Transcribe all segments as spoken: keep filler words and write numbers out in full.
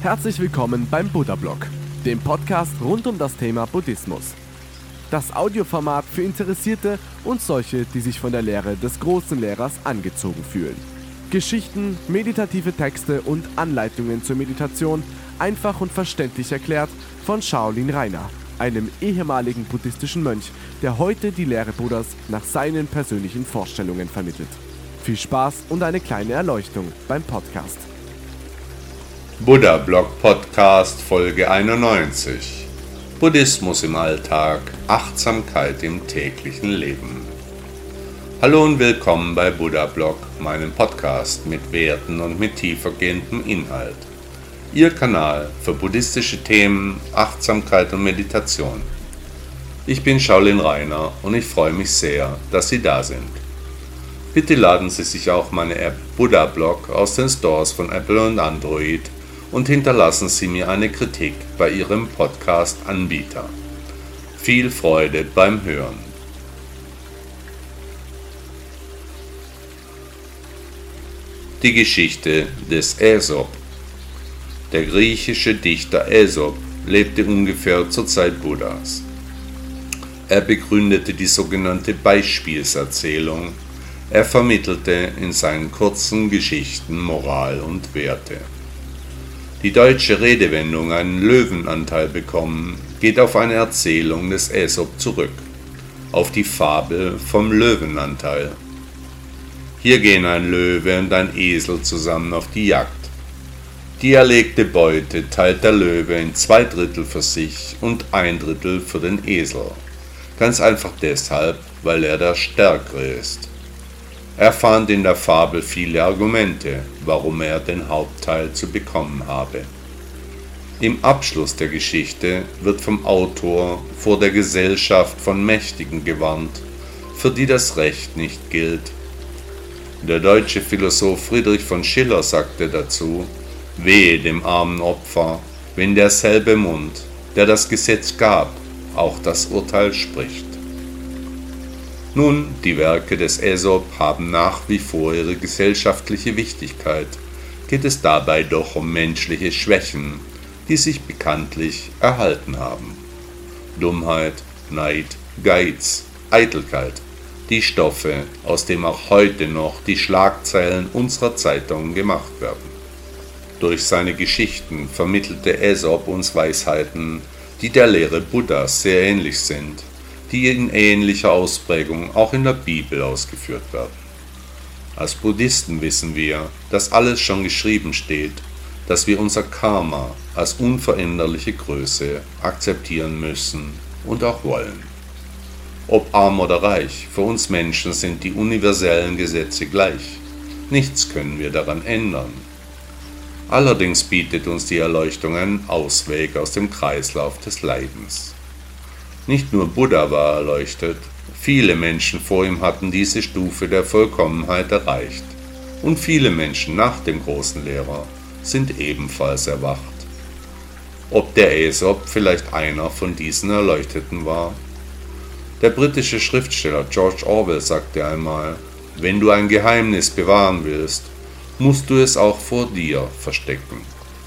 Herzlich willkommen beim Buddha-Blog, dem Podcast rund um das Thema Buddhismus. Das Audioformat für Interessierte und solche, die sich von der Lehre des großen Lehrers angezogen fühlen. Geschichten, meditative Texte und Anleitungen zur Meditation einfach und verständlich erklärt von Shaolin Rainer, einem ehemaligen buddhistischen Mönch, der heute die Lehre Buddhas nach seinen persönlichen Vorstellungen vermittelt. Viel Spaß und eine kleine Erleuchtung beim Podcast. Buddha-Blog Podcast Folge einundneunzig. Buddhismus im Alltag, Achtsamkeit im täglichen Leben. Hallo und willkommen bei Buddha-Blog, meinem Podcast mit Werten und mit tiefergehendem Inhalt. Ihr Kanal für buddhistische Themen, Achtsamkeit und Meditation. Ich bin Shaolin Rainer und ich freue mich sehr, dass Sie da sind. Bitte laden Sie sich auch meine App Buddha-Blog aus den Stores von Apple und Android und hinterlassen Sie mir eine Kritik bei Ihrem Podcast-Anbieter. Viel Freude beim Hören. Die Geschichte des Aesop. Der griechische Dichter Aesop lebte ungefähr zur Zeit Buddhas. Er begründete die sogenannte Beispielserzählung. Er vermittelte in seinen kurzen Geschichten Moral und Werte. Die deutsche Redewendung einen Löwenanteil bekommen geht auf eine Erzählung des Aesop zurück, auf die Fabel vom Löwenanteil. Hier gehen ein Löwe und ein Esel zusammen auf die Jagd. Die erlegte Beute teilt der Löwe in zwei Drittel für sich und ein Drittel für den Esel. Ganz einfach deshalb, weil er der Stärkere ist. Er fand in der Fabel viele Argumente, warum er den Hauptteil zu bekommen habe. Im Abschluss der Geschichte wird vom Autor vor der Gesellschaft von Mächtigen gewarnt, für die das Recht nicht gilt. Der deutsche Philosoph Friedrich von Schiller sagte dazu: Wehe dem armen Opfer, wenn derselbe Mund, der das Gesetz gab, auch das Urteil spricht. Nun, die Werke des Aesop haben nach wie vor ihre gesellschaftliche Wichtigkeit, geht es dabei doch um menschliche Schwächen, die sich bekanntlich erhalten haben. Dummheit, Neid, Geiz, Eitelkeit, die Stoffe, aus denen auch heute noch die Schlagzeilen unserer Zeitungen gemacht werden. Durch seine Geschichten vermittelte Aesop uns Weisheiten, die der Lehre Buddhas sehr ähnlich sind, die in ähnlicher Ausprägung auch in der Bibel ausgeführt werden. Als Buddhisten wissen wir, dass alles schon geschrieben steht, dass wir unser Karma als unveränderliche Größe akzeptieren müssen und auch wollen. Ob arm oder reich, für uns Menschen sind die universellen Gesetze gleich. Nichts können wir daran ändern. Allerdings bietet uns die Erleuchtung einen Ausweg aus dem Kreislauf des Leidens. Nicht nur Buddha war erleuchtet, viele Menschen vor ihm hatten diese Stufe der Vollkommenheit erreicht. Und viele Menschen nach dem großen Lehrer sind ebenfalls erwacht. Ob der Aesop vielleicht einer von diesen Erleuchteten war? Der britische Schriftsteller George Orwell sagte einmal: Wenn du ein Geheimnis bewahren willst, musst du es auch vor dir verstecken.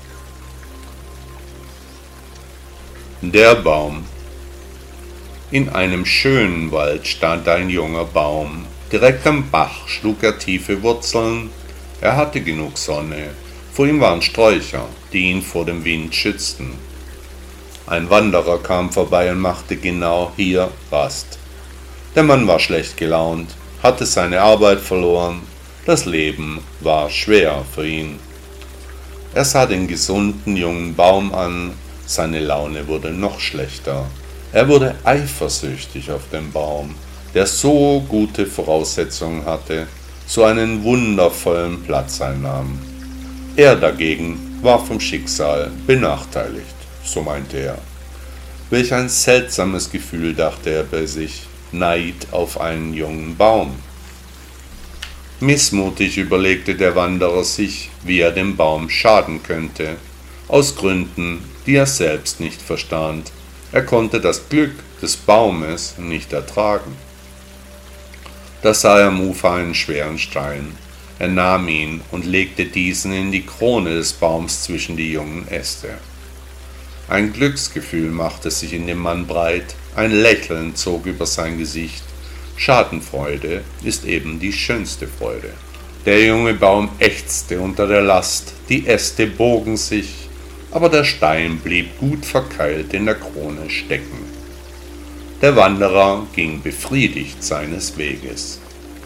Der Baum. In einem schönen Wald stand ein junger Baum. Direkt am Bach schlug er tiefe Wurzeln. Er hatte genug Sonne. Vor ihm waren Sträucher, die ihn vor dem Wind schützten. Ein Wanderer kam vorbei und machte genau hier Rast. Der Mann war schlecht gelaunt, hatte seine Arbeit verloren. Das Leben war schwer für ihn. Er sah den gesunden jungen Baum an. Seine Laune wurde noch schlechter. Er wurde eifersüchtig auf den Baum, der so gute Voraussetzungen hatte, so einen wundervollen Platz einnahm. Er dagegen war vom Schicksal benachteiligt, so meinte er. Welch ein seltsames Gefühl, dachte er bei sich, Neid auf einen jungen Baum. Missmutig überlegte der Wanderer sich, wie er dem Baum schaden könnte, aus Gründen, die er selbst nicht verstand. Er konnte das Glück des Baumes nicht ertragen. Da sah er am Ufer einen schweren Stein. Er nahm ihn und legte diesen in die Krone des Baums zwischen die jungen Äste. Ein Glücksgefühl machte sich in dem Mann breit, ein Lächeln zog über sein Gesicht. Schadenfreude ist eben die schönste Freude. Der junge Baum ächzte unter der Last, die Äste bogen sich, aber der Stein blieb gut verkeilt in der Krone stecken. Der Wanderer ging befriedigt seines Weges.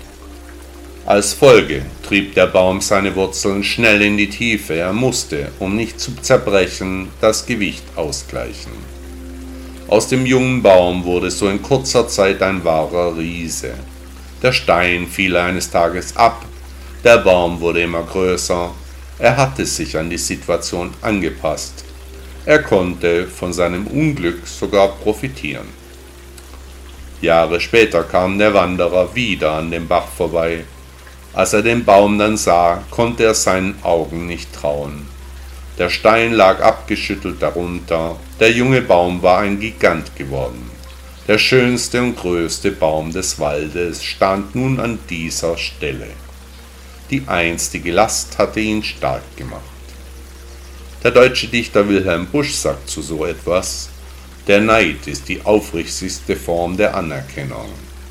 Als Folge trieb der Baum seine Wurzeln schnell in die Tiefe, er musste, um nicht zu zerbrechen, das Gewicht ausgleichen. Aus dem jungen Baum wurde so in kurzer Zeit ein wahrer Riese. Der Stein fiel eines Tages ab, der Baum wurde immer größer, er hatte sich an die Situation angepasst. Er konnte von seinem Unglück sogar profitieren. Jahre später kam der Wanderer wieder an dem Bach vorbei. Als er den Baum dann sah, konnte er seinen Augen nicht trauen. Der Stein lag abgeschüttelt darunter, der junge Baum war ein Gigant geworden. Der schönste und größte Baum des Waldes stand nun an dieser Stelle. Die einstige Last hatte ihn stark gemacht. Der deutsche Dichter Wilhelm Busch sagt zu so etwas: Der Neid ist die aufrichtigste Form der Anerkennung.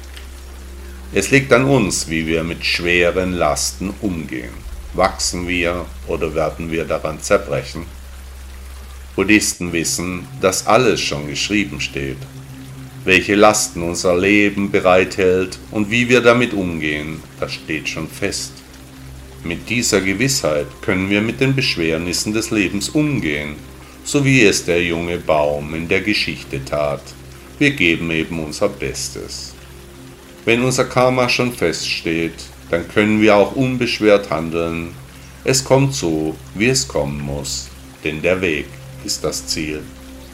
Es liegt an uns, wie wir mit schweren Lasten umgehen. Wachsen wir oder werden wir daran zerbrechen? Buddhisten wissen, dass alles schon geschrieben steht. Welche Lasten unser Leben bereithält und wie wir damit umgehen, das steht schon fest. Mit dieser Gewissheit können wir mit den Beschwernissen des Lebens umgehen, so wie es der junge Baum in der Geschichte tat. Wir geben eben unser Bestes. Wenn unser Karma schon feststeht, dann können wir auch unbeschwert handeln. Es kommt so, wie es kommen muss, denn der Weg ist das Ziel.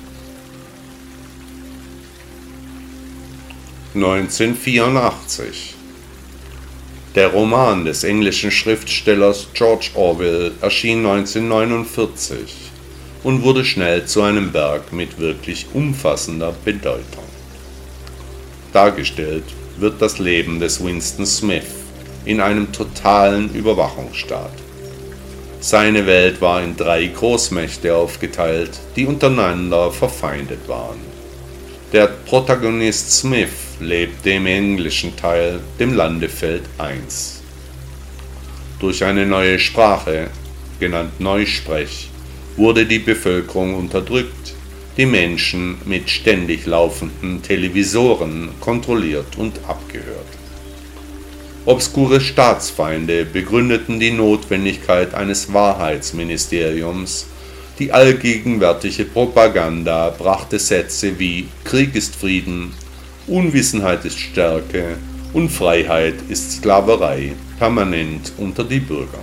neunzehnhundertvierundachtzig. Der Roman des englischen Schriftstellers George Orwell erschien neunzehnhundertneunundvierzig und wurde schnell zu einem Werk mit wirklich umfassender Bedeutung. Dargestellt wird das Leben des Winston Smith in einem totalen Überwachungsstaat. Seine Welt war in drei Großmächte aufgeteilt, die untereinander verfeindet waren. Der Protagonist Smith lebte im englischen Teil, dem Landefeld eins. Durch eine neue Sprache, genannt Neusprech, wurde die Bevölkerung unterdrückt, die Menschen mit ständig laufenden Televisoren kontrolliert und abgehört. Obskure Staatsfeinde begründeten die Notwendigkeit eines Wahrheitsministeriums. Die allgegenwärtige Propaganda brachte Sätze wie Krieg ist Frieden, Unwissenheit ist Stärke und Freiheit ist Sklaverei permanent unter die Bürger.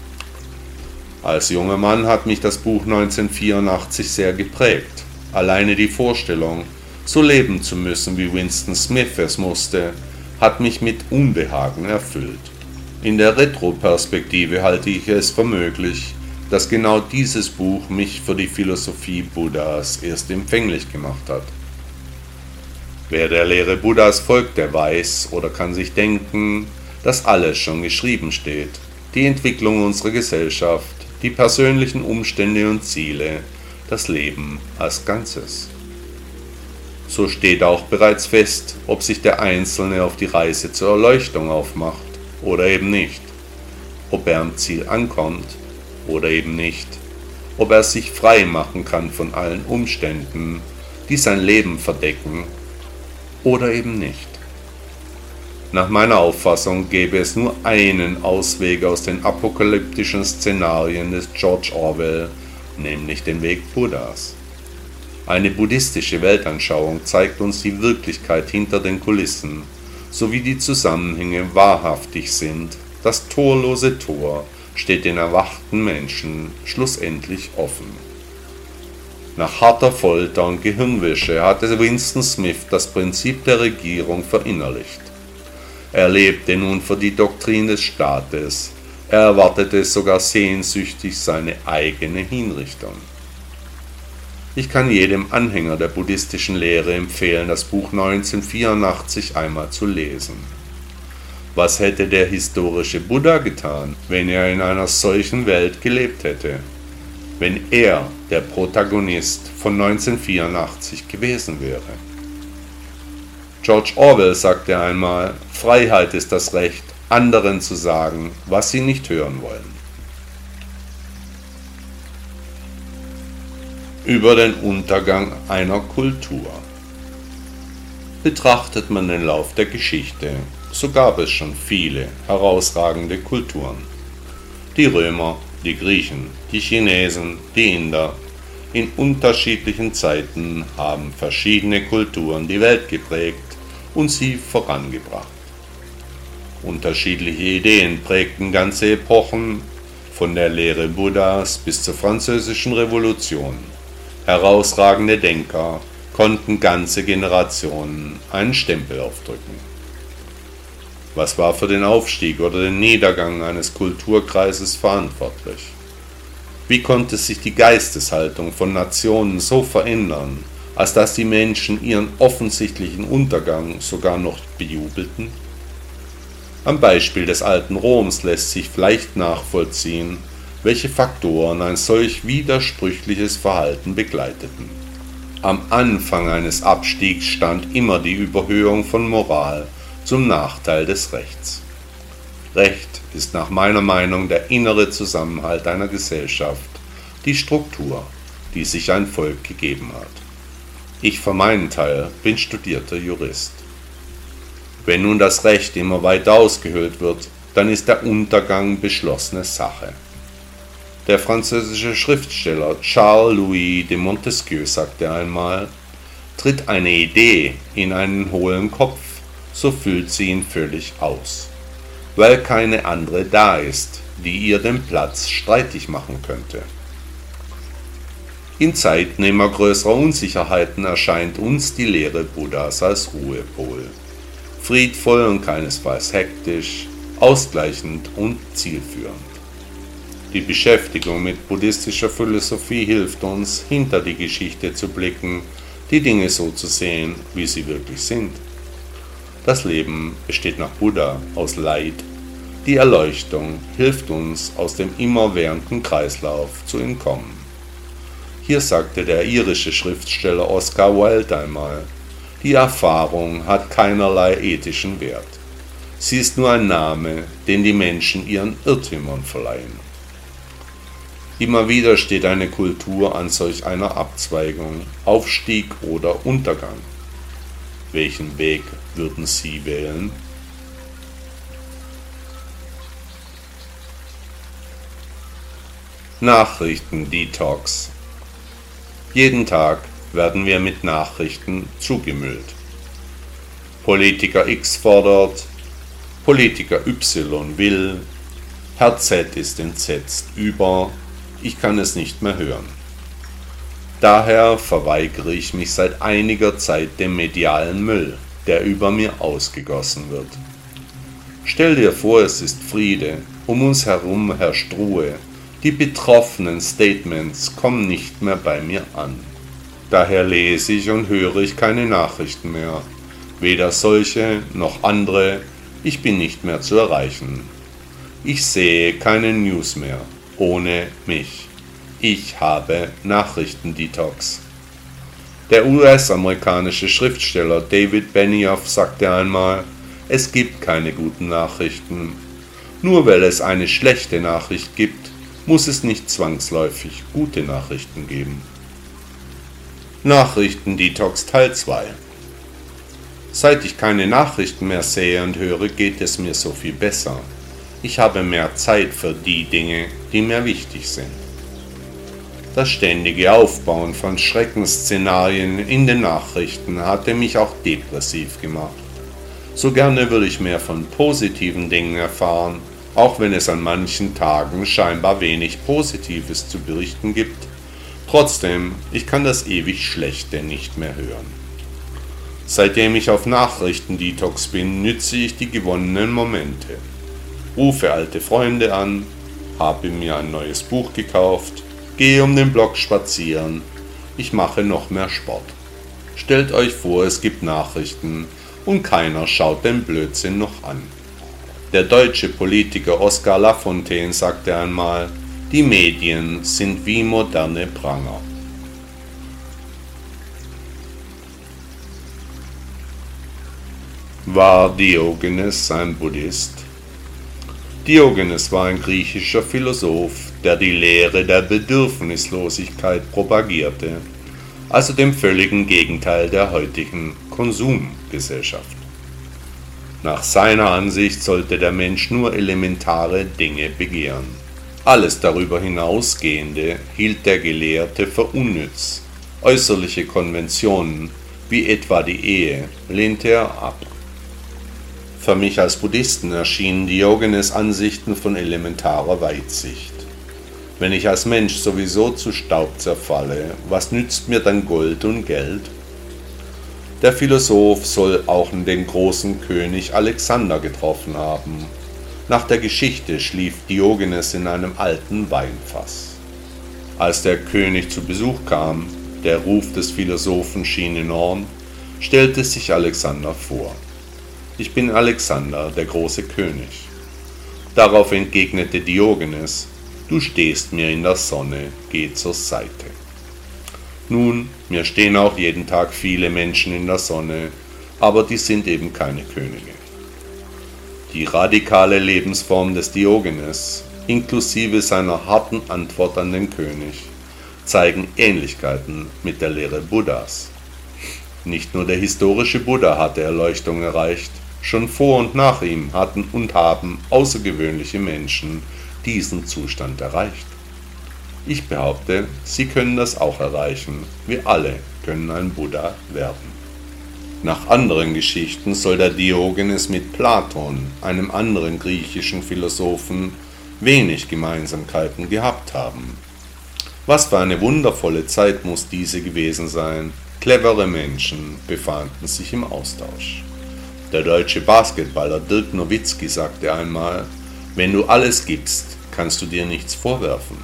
Als junger Mann hat mich das Buch neunzehnhundertvierundachtzig sehr geprägt. Alleine die Vorstellung, so leben zu müssen, wie Winston Smith es musste, hat mich mit Unbehagen erfüllt. In der Retroperspektive halte ich es für möglich, dass genau dieses Buch mich für die Philosophie Buddhas erst empfänglich gemacht hat. Wer der Lehre Buddhas folgt, der weiß oder kann sich denken, dass alles schon geschrieben steht. Die Entwicklung unserer Gesellschaft, die persönlichen Umstände und Ziele, das Leben als Ganzes. So steht auch bereits fest, ob sich der Einzelne auf die Reise zur Erleuchtung aufmacht oder eben nicht, ob er am Ziel ankommt oder eben nicht, ob er sich frei machen kann von allen Umständen, die sein Leben verdecken oder eben nicht. Nach meiner Auffassung gäbe es nur einen Ausweg aus den apokalyptischen Szenarien des George Orwell, nämlich den Weg Buddhas. Eine buddhistische Weltanschauung zeigt uns die Wirklichkeit hinter den Kulissen, sowie die Zusammenhänge wahrhaftig sind. Das torlose Tor steht den erwachten Menschen schlussendlich offen. Nach harter Folter und Gehirnwäsche hatte Winston Smith das Prinzip der Regierung verinnerlicht. Er lebte nun für die Doktrin des Staates, er erwartete sogar sehnsüchtig seine eigene Hinrichtung. Ich kann jedem Anhänger der buddhistischen Lehre empfehlen, das Buch neunzehnhundertvierundachtzig einmal zu lesen. Was hätte der historische Buddha getan, wenn er in einer solchen Welt gelebt hätte? Wenn er der Protagonist von neunzehnhundertvierundachtzig gewesen wäre? George Orwell sagte einmal, Freiheit ist das Recht, anderen zu sagen, was sie nicht hören wollen. Über den Untergang einer Kultur. Betrachtet man den Lauf der Geschichte, so gab es schon viele herausragende Kulturen. Die Römer, die Griechen, die Chinesen, die Inder. In unterschiedlichen Zeiten haben verschiedene Kulturen die Welt geprägt und sie vorangebracht. Unterschiedliche Ideen prägten ganze Epochen, von der Lehre Buddhas bis zur Französischen Revolution. Herausragende Denker konnten ganze Generationen einen Stempel aufdrücken. Was war für den Aufstieg oder den Niedergang eines Kulturkreises verantwortlich? Wie konnte sich die Geisteshaltung von Nationen so verändern, als dass die Menschen ihren offensichtlichen Untergang sogar noch bejubelten? Am Beispiel des alten Roms lässt sich vielleicht nachvollziehen, welche Faktoren ein solch widersprüchliches Verhalten begleiteten. Am Anfang eines Abstiegs stand immer die Überhöhung von Moral zum Nachteil des Rechts. Recht ist nach meiner Meinung der innere Zusammenhalt einer Gesellschaft, die Struktur, die sich ein Volk gegeben hat. Ich für meinen Teil bin studierter Jurist. Wenn nun das Recht immer weiter ausgehöhlt wird, dann ist der Untergang beschlossene Sache. Der französische Schriftsteller Charles-Louis de Montesquieu sagte einmal, tritt eine Idee in einen hohlen Kopf, so füllt sie ihn völlig aus, weil keine andere da ist, die ihr den Platz streitig machen könnte. In Zeiten immer größerer Unsicherheiten erscheint uns die Lehre Buddhas als Ruhepol, friedvoll und keinesfalls hektisch, ausgleichend und zielführend. Die Beschäftigung mit buddhistischer Philosophie hilft uns, hinter die Geschichte zu blicken, die Dinge so zu sehen, wie sie wirklich sind. Das Leben besteht nach Buddha aus Leid. Die Erleuchtung hilft uns, aus dem immerwährenden Kreislauf zu entkommen. Hier sagte der irische Schriftsteller Oscar Wilde einmal, die Erfahrung hat keinerlei ethischen Wert. Sie ist nur ein Name, den die Menschen ihren Irrtümern verleihen. Immer wieder steht eine Kultur an solch einer Abzweigung, Aufstieg oder Untergang. Welchen Weg würden Sie wählen? Nachrichten-Detox. Jeden Tag werden wir mit Nachrichten zugemüllt. Politiker X fordert, Politiker Y will, Herr Z ist entsetzt über, ich kann es nicht mehr hören. Daher verweigere ich mich seit einiger Zeit dem medialen Müll, der über mir ausgegossen wird. Stell dir vor, es ist Friede, um uns herum herrscht Ruhe, die betroffenen Statements kommen nicht mehr bei mir an. Daher lese ich und höre ich keine Nachrichten mehr, weder solche noch andere, ich bin nicht mehr zu erreichen. Ich sehe keine News mehr, ohne mich. Ich habe Nachrichtendetox. Der U S-amerikanische Schriftsteller David Benioff sagte einmal, es gibt keine guten Nachrichten. Nur weil es eine schlechte Nachricht gibt, muss es nicht zwangsläufig gute Nachrichten geben. Nachrichtendetox Teil zwei. Seit ich keine Nachrichten mehr sehe und höre, geht es mir so viel besser. Ich habe mehr Zeit für die Dinge, die mir wichtig sind. Das ständige Aufbauen von Schreckensszenarien in den Nachrichten hatte mich auch depressiv gemacht. So gerne würde ich mehr von positiven Dingen erfahren, auch wenn es an manchen Tagen scheinbar wenig Positives zu berichten gibt. Trotzdem, ich kann das ewig Schlechte nicht mehr hören. Seitdem ich auf Nachrichtendetox bin, nütze ich die gewonnenen Momente. Rufe alte Freunde an, habe mir ein neues Buch gekauft, gehe um den Block spazieren, ich mache noch mehr Sport. Stellt euch vor, es gibt Nachrichten und keiner schaut den Blödsinn noch an. Der deutsche Politiker Oskar Lafontaine sagte einmal, die Medien sind wie moderne Pranger. War Diogenes ein Buddhist? Diogenes war ein griechischer Philosoph, der die Lehre der Bedürfnislosigkeit propagierte, also dem völligen Gegenteil der heutigen Konsumgesellschaft. Nach seiner Ansicht sollte der Mensch nur elementare Dinge begehren. Alles darüber hinausgehende hielt der Gelehrte für unnütz. Äußerliche Konventionen, wie etwa die Ehe, lehnte er ab. Für mich als Buddhisten erschienen Diogenes Ansichten von elementarer Weitsicht. Wenn ich als Mensch sowieso zu Staub zerfalle, was nützt mir dann Gold und Geld? Der Philosoph soll auch den großen König Alexander getroffen haben. Nach der Geschichte schlief Diogenes in einem alten Weinfass. Als der König zu Besuch kam, der Ruf des Philosophen schien enorm, stellte sich Alexander vor. Ich bin Alexander, der große König. Darauf entgegnete Diogenes, du stehst mir in der Sonne, geh zur Seite. Nun, mir stehen auch jeden Tag viele Menschen in der Sonne, aber die sind eben keine Könige. Die radikale Lebensform des Diogenes, inklusive seiner harten Antwort an den König, zeigen Ähnlichkeiten mit der Lehre Buddhas. Nicht nur der historische Buddha hatte Erleuchtung erreicht, schon vor und nach ihm hatten und haben außergewöhnliche Menschen diesen Zustand erreicht. Ich behaupte, sie können das auch erreichen. Wir alle können ein Buddha werden. Nach anderen Geschichten soll der Diogenes mit Platon, einem anderen griechischen Philosophen, wenig Gemeinsamkeiten gehabt haben. Was für eine wundervolle Zeit muss diese gewesen sein. Clevere Menschen befanden sich im Austausch. Der deutsche Basketballer Dirk Nowitzki sagte einmal, wenn du alles gibst, kannst du dir nichts vorwerfen.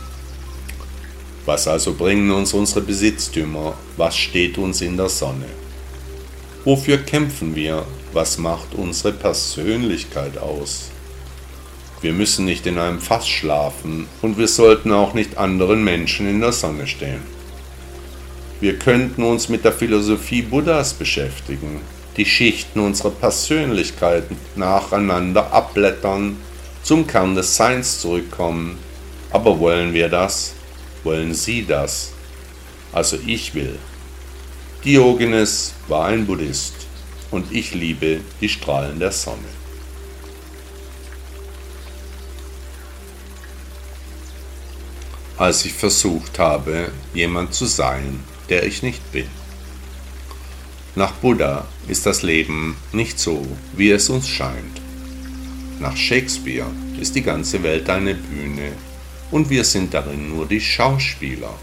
Was also bringen uns unsere Besitztümer? Was steht uns in der Sonne? Wofür kämpfen wir? Was macht unsere Persönlichkeit aus? Wir müssen nicht in einem Fass schlafen und wir sollten auch nicht anderen Menschen in der Sonne stehen. Wir könnten uns mit der Philosophie Buddhas beschäftigen, die Schichten unserer Persönlichkeit nacheinander abblättern, zum Kern des Seins zurückkommen. Aber wollen wir das? Wollen Sie das? Also ich will. Diogenes war ein Buddhist und ich liebe die Strahlen der Sonne. Als ich versucht habe, jemand zu sein, der ich nicht bin. Nach Buddha ist das Leben nicht so, wie es uns scheint. Nach Shakespeare ist die ganze Welt eine Bühne und wir sind darin nur die Schauspieler.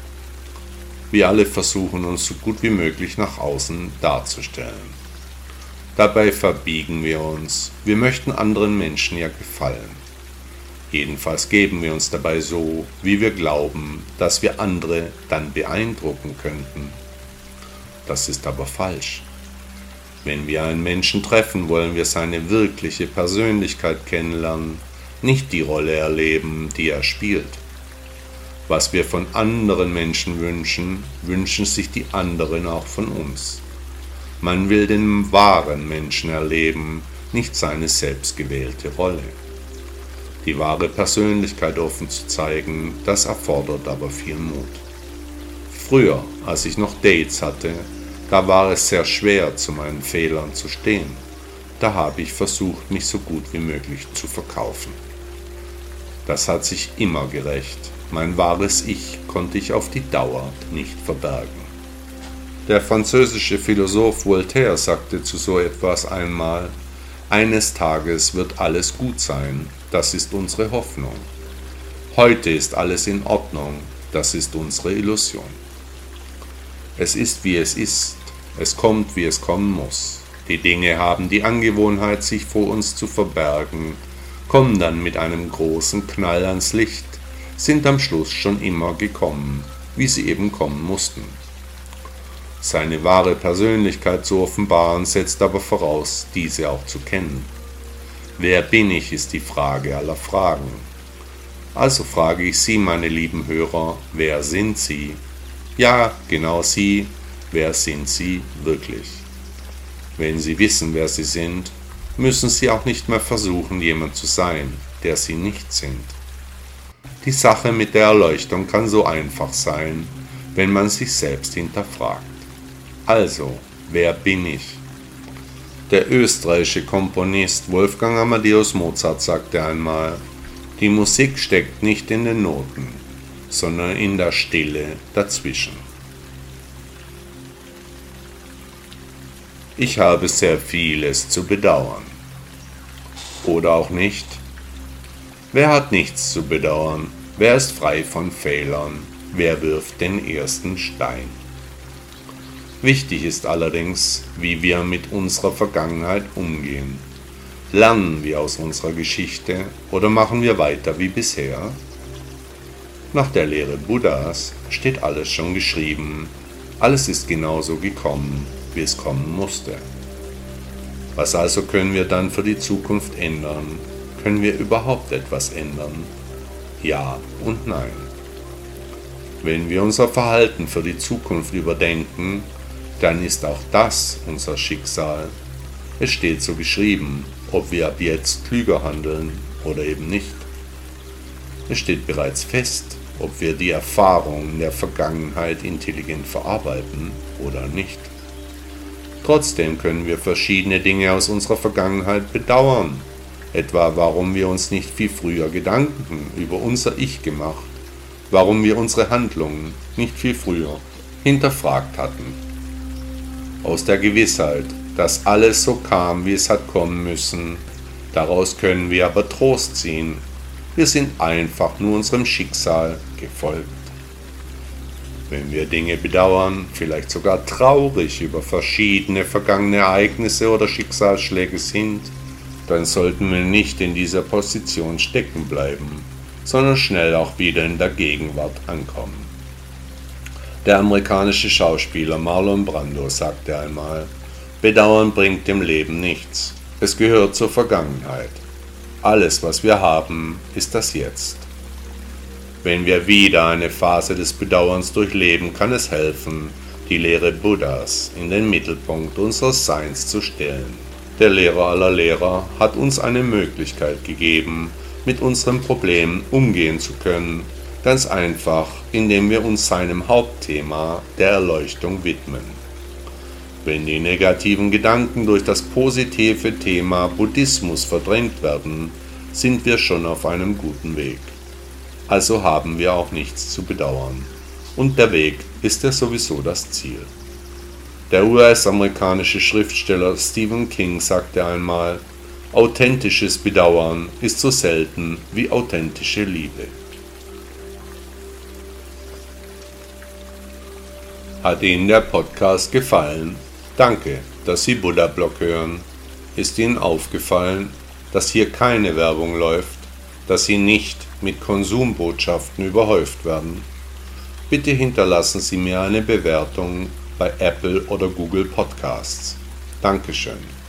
Wir alle versuchen uns so gut wie möglich nach außen darzustellen. Dabei verbiegen wir uns, wir möchten anderen Menschen ja gefallen. Jedenfalls geben wir uns dabei so, wie wir glauben, dass wir andere dann beeindrucken könnten. Das ist aber falsch. Wenn wir einen Menschen treffen, wollen wir seine wirkliche Persönlichkeit kennenlernen, nicht die Rolle erleben, die er spielt. Was wir von anderen Menschen wünschen, wünschen sich die anderen auch von uns. Man will den wahren Menschen erleben, nicht seine selbstgewählte Rolle. Die wahre Persönlichkeit offen zu zeigen, das erfordert aber viel Mut. Früher, als ich noch Dates hatte, da war es sehr schwer, zu meinen Fehlern zu stehen. Da habe ich versucht, mich so gut wie möglich zu verkaufen. Das hat sich immer gerächt. Mein wahres Ich konnte ich auf die Dauer nicht verbergen. Der französische Philosoph Voltaire sagte zu so etwas einmal, eines Tages wird alles gut sein, das ist unsere Hoffnung. Heute ist alles in Ordnung, das ist unsere Illusion. Es ist, wie es ist, es kommt, wie es kommen muss. Die Dinge haben die Angewohnheit, sich vor uns zu verbergen, kommen dann mit einem großen Knall ans Licht, sind am Schluss schon immer gekommen, wie sie eben kommen mussten. Seine wahre Persönlichkeit zu offenbaren, setzt aber voraus, diese auch zu kennen. Wer bin ich, ist die Frage aller Fragen. Also frage ich Sie, meine lieben Hörer, wer sind Sie? Ja, genau Sie, wer sind Sie wirklich? Wenn Sie wissen, wer Sie sind, müssen Sie auch nicht mehr versuchen, jemand zu sein, der Sie nicht sind. Die Sache mit der Erleuchtung kann so einfach sein, wenn man sich selbst hinterfragt. Also, wer bin ich? Der österreichische Komponist Wolfgang Amadeus Mozart sagte einmal, die Musik steckt nicht in den Noten, sondern in der Stille dazwischen. Ich habe sehr vieles zu bedauern. Oder auch nicht. Wer hat nichts zu bedauern? Wer ist frei von Fehlern? Wer wirft den ersten Stein? Wichtig ist allerdings, wie wir mit unserer Vergangenheit umgehen. Lernen wir aus unserer Geschichte oder machen wir weiter wie bisher? Nach der Lehre Buddhas steht alles schon geschrieben. Alles ist genauso gekommen, wie es kommen musste. Was also können wir dann für die Zukunft ändern? Können wir überhaupt etwas ändern? Ja und nein. Wenn wir unser Verhalten für die Zukunft überdenken, dann ist auch das unser Schicksal. Es steht so geschrieben, ob wir ab jetzt klüger handeln oder eben nicht. Es steht bereits fest, ob wir die Erfahrungen der Vergangenheit intelligent verarbeiten oder nicht. Trotzdem können wir verschiedene Dinge aus unserer Vergangenheit bedauern, etwa warum wir uns nicht viel früher Gedanken über unser Ich gemacht, warum wir unsere Handlungen nicht viel früher hinterfragt hatten. Aus der Gewissheit, dass alles so kam, wie es hat kommen müssen, daraus können wir aber Trost ziehen. Wir sind einfach nur unserem Schicksal gefolgt. Wenn wir Dinge bedauern, vielleicht sogar traurig über verschiedene vergangene Ereignisse oder Schicksalsschläge sind, dann sollten wir nicht in dieser Position stecken bleiben, sondern schnell auch wieder in der Gegenwart ankommen. Der amerikanische Schauspieler Marlon Brando sagte einmal, Bedauern bringt dem Leben nichts, es gehört zur Vergangenheit. Alles, was wir haben, ist das Jetzt. Wenn wir wieder eine Phase des Bedauerns durchleben, kann es helfen, die Lehre Buddhas in den Mittelpunkt unseres Seins zu stellen. Der Lehrer aller Lehrer hat uns eine Möglichkeit gegeben, mit unseren Problemen umgehen zu können, ganz einfach, indem wir uns seinem Hauptthema der Erleuchtung widmen. Wenn die negativen Gedanken durch das positive Thema Buddhismus verdrängt werden, sind wir schon auf einem guten Weg. Also haben wir auch nichts zu bedauern. Und der Weg ist ja sowieso das Ziel. Der U S-amerikanische Schriftsteller Stephen King sagte einmal, authentisches Bedauern ist so selten wie authentische Liebe. Hat Ihnen der Podcast gefallen? Danke, dass Sie Buddha Blog hören. Ist Ihnen aufgefallen, dass hier keine Werbung läuft, dass Sie nicht mit Konsumbotschaften überhäuft werden? Bitte hinterlassen Sie mir eine Bewertung bei Apple oder Google Podcasts. Dankeschön.